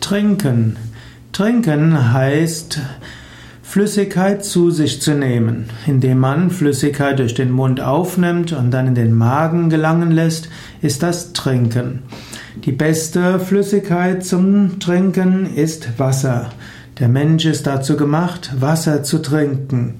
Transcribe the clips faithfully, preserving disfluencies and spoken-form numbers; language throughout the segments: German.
Trinken. Trinken heißt, Flüssigkeit zu sich zu nehmen. Indem man Flüssigkeit durch den Mund aufnimmt und dann in den Magen gelangen lässt, ist das Trinken. Die beste Flüssigkeit zum Trinken ist Wasser. Der Mensch ist dazu gemacht, Wasser zu trinken.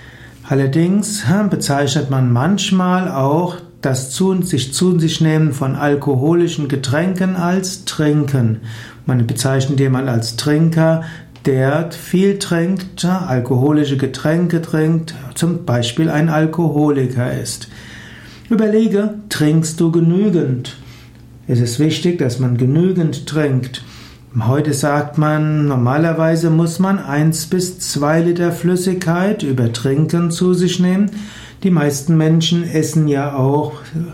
Allerdings bezeichnet man manchmal auch das zu, sich zu sich nehmen von alkoholischen Getränken als Trinken. Man bezeichnet jemanden als Trinker, der viel trinkt, alkoholische Getränke trinkt, zum Beispiel ein Alkoholiker ist. Überlege, trinkst du genügend? Es ist wichtig, dass man genügend trinkt. Heute sagt man, normalerweise muss man eins bis zwei Liter Flüssigkeit über Trinken zu sich nehmen. Die meisten Menschen essen ja auch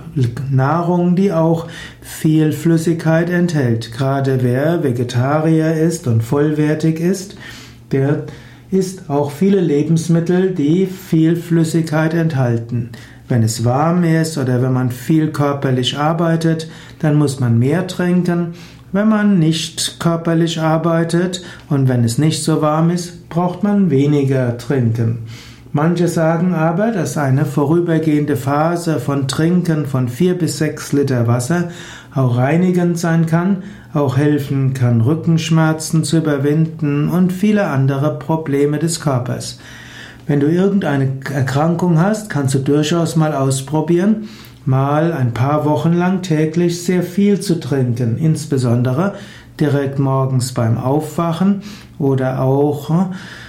Nahrung, die auch viel Flüssigkeit enthält. Gerade wer Vegetarier ist und vollwertig ist, der isst auch viele Lebensmittel, die viel Flüssigkeit enthalten. Wenn es warm ist oder wenn man viel körperlich arbeitet, dann muss man mehr trinken. Wenn man nicht körperlich arbeitet und wenn es nicht so warm ist, braucht man weniger trinken. Manche sagen aber, dass eine vorübergehende Phase von Trinken von vier bis sechs Liter Wasser auch reinigend sein kann, auch helfen kann, Rückenschmerzen zu überwinden und viele andere Probleme des Körpers. Wenn du irgendeine Erkrankung hast, kannst du durchaus mal ausprobieren, mal ein paar Wochen lang täglich sehr viel zu trinken, insbesondere direkt morgens beim Aufwachen oder auch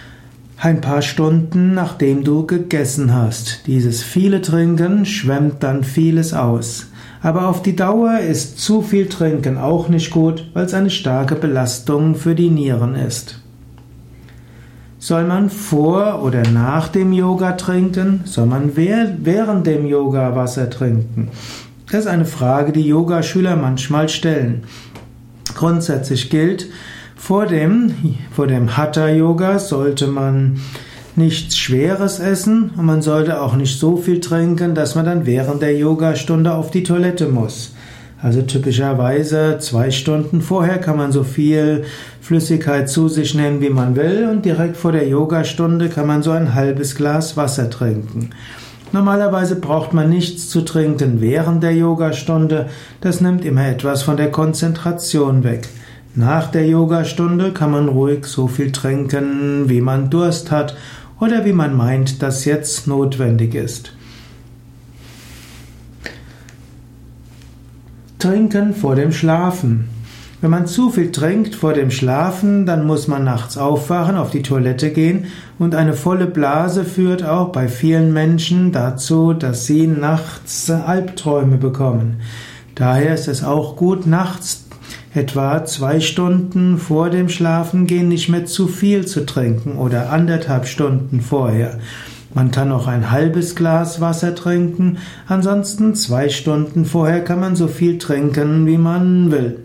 ein paar Stunden nachdem du gegessen hast. Dieses viele Trinken schwemmt dann vieles aus. Aber auf die Dauer ist zu viel Trinken auch nicht gut, weil es eine starke Belastung für die Nieren ist. Soll man vor oder nach dem Yoga trinken? Soll man während dem Yoga Wasser trinken? Das ist eine Frage, die Yogaschüler manchmal stellen. Grundsätzlich gilt, vor dem, vor dem Hatha-Yoga sollte man nichts Schweres essen und man sollte auch nicht so viel trinken, dass man dann während der Yogastunde auf die Toilette muss. Also typischerweise zwei Stunden vorher kann man so viel Flüssigkeit zu sich nehmen, wie man will, und direkt vor der Yogastunde kann man so ein halbes Glas Wasser trinken. Normalerweise braucht man nichts zu trinken während der Yogastunde, das nimmt immer etwas von der Konzentration weg. Nach der Yogastunde kann man ruhig so viel trinken, wie man Durst hat oder wie man meint, dass jetzt notwendig ist. Trinken vor dem Schlafen. Wenn man zu viel trinkt vor dem Schlafen, dann muss man nachts aufwachen, auf die Toilette gehen, und eine volle Blase führt auch bei vielen Menschen dazu, dass sie nachts Albträume bekommen. Daher ist es auch gut, nachts etwa zwei Stunden vor dem Schlafengehen nicht mehr zu viel zu trinken oder anderthalb Stunden vorher. Man kann auch ein halbes Glas Wasser trinken, ansonsten zwei Stunden vorher kann man so viel trinken, wie man will.